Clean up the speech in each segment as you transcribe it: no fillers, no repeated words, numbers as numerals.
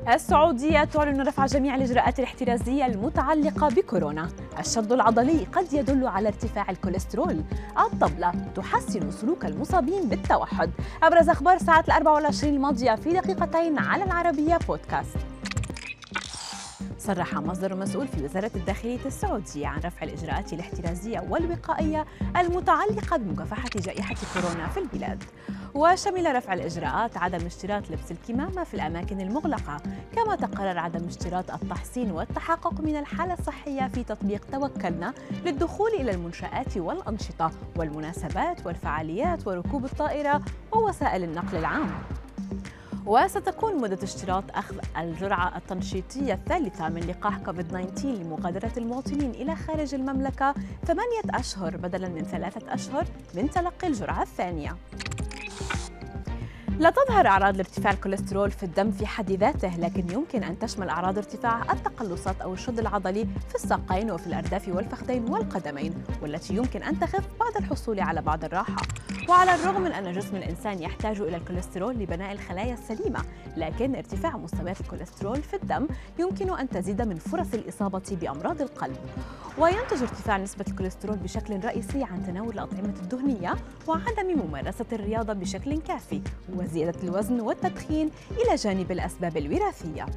السعودية تعلن رفع جميع الإجراءات الاحترازية المتعلقة بكورونا. الشد العضلي قد يدل على ارتفاع الكوليسترول. الطبلة تحسن سلوك المصابين بالتوحد. أبرز أخبار ساعة 24 الماضية في دقيقتين على العربية بودكاست. صرح مصدر مسؤول في وزارة الداخلية السعودية عن رفع الإجراءات الاحترازية والوقائية المتعلقة بمكافحة جائحة كورونا في البلاد، وشمل رفع الإجراءات عدم اشتراط لبس الكمامة في الأماكن المغلقة، كما تقرر عدم اشتراط التحصين والتحقق من الحالة الصحية في تطبيق توكلنا للدخول إلى المنشآت والأنشطة والمناسبات والفعاليات وركوب الطائرة ووسائل النقل العام. وستكون مدة اشتراط أخذ الجرعة التنشيطية الثالثة من لقاح كوفيد-19 لمغادرة المواطنين إلى خارج المملكة 8 أشهر بدلاً من 3 أشهر من تلقي الجرعة الثانية. لا تظهر أعراض لارتفاع الكوليسترول في الدم في حد ذاته، لكن يمكن أن تشمل أعراض ارتفاع التقلصات أو الشد العضلي في الساقين وفي الأرداف والفخذين والقدمين، والتي يمكن أن تخف بعد الحصول على بعض الراحة. وعلى الرغم من أن جسم الإنسان يحتاج إلى الكوليسترول لبناء الخلايا السليمة، لكن ارتفاع مستويات الكوليسترول في الدم يمكن أن تزيد من فرص الإصابة بأمراض القلب. وينتج ارتفاع نسبة الكوليسترول بشكل رئيسي عن تناول الأطعمة الدهنية وعدم ممارسة الرياضة بشكل كافي وزيادة الوزن والتدخين، إلى جانب الأسباب الوراثية.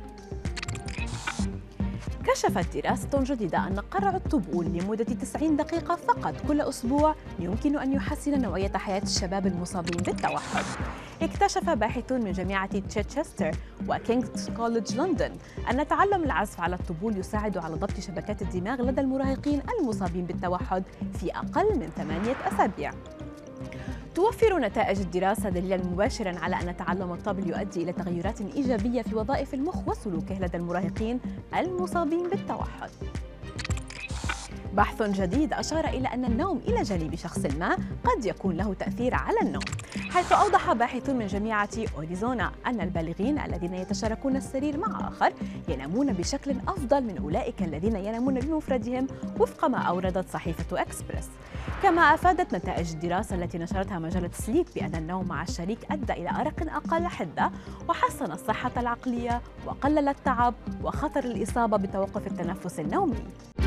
كشفت دراسة جديدة أن قرع الطبول لمدة 90 دقيقة فقط كل أسبوع يمكن أن يحسن نوعية حياة الشباب المصابين بالتوحد. اكتشف باحثون من جامعة تشيتشستر وكينغز كوليدج لندن أن تعلم العزف على الطبول يساعد على ضبط شبكات الدماغ لدى المراهقين المصابين بالتوحد في أقل من 8 أسابيع. توفر نتائج الدراسة دليلاً مباشراً على أن تعلم الطبل يؤدي إلى تغيرات إيجابية في وظائف المخ وسلوكه لدى المراهقين المصابين بالتوحد. بحث جديد أشار إلى أن النوم إلى جانب شخص ما قد يكون له تأثير على النوم، حيث أوضح باحثون من جامعة أوريزونا أن البالغين الذين يتشاركون السرير مع آخر ينامون بشكل أفضل من أولئك الذين ينامون بمفردهم، وفق ما أوردت صحيفة إكسبرس. كما أفادت نتائج الدراسة التي نشرتها مجلة سليب بأن النوم مع الشريك أدى إلى أرق أقل حدة وحسن الصحة العقلية وقلل التعب وخطر الإصابة بتوقف التنفس النومي.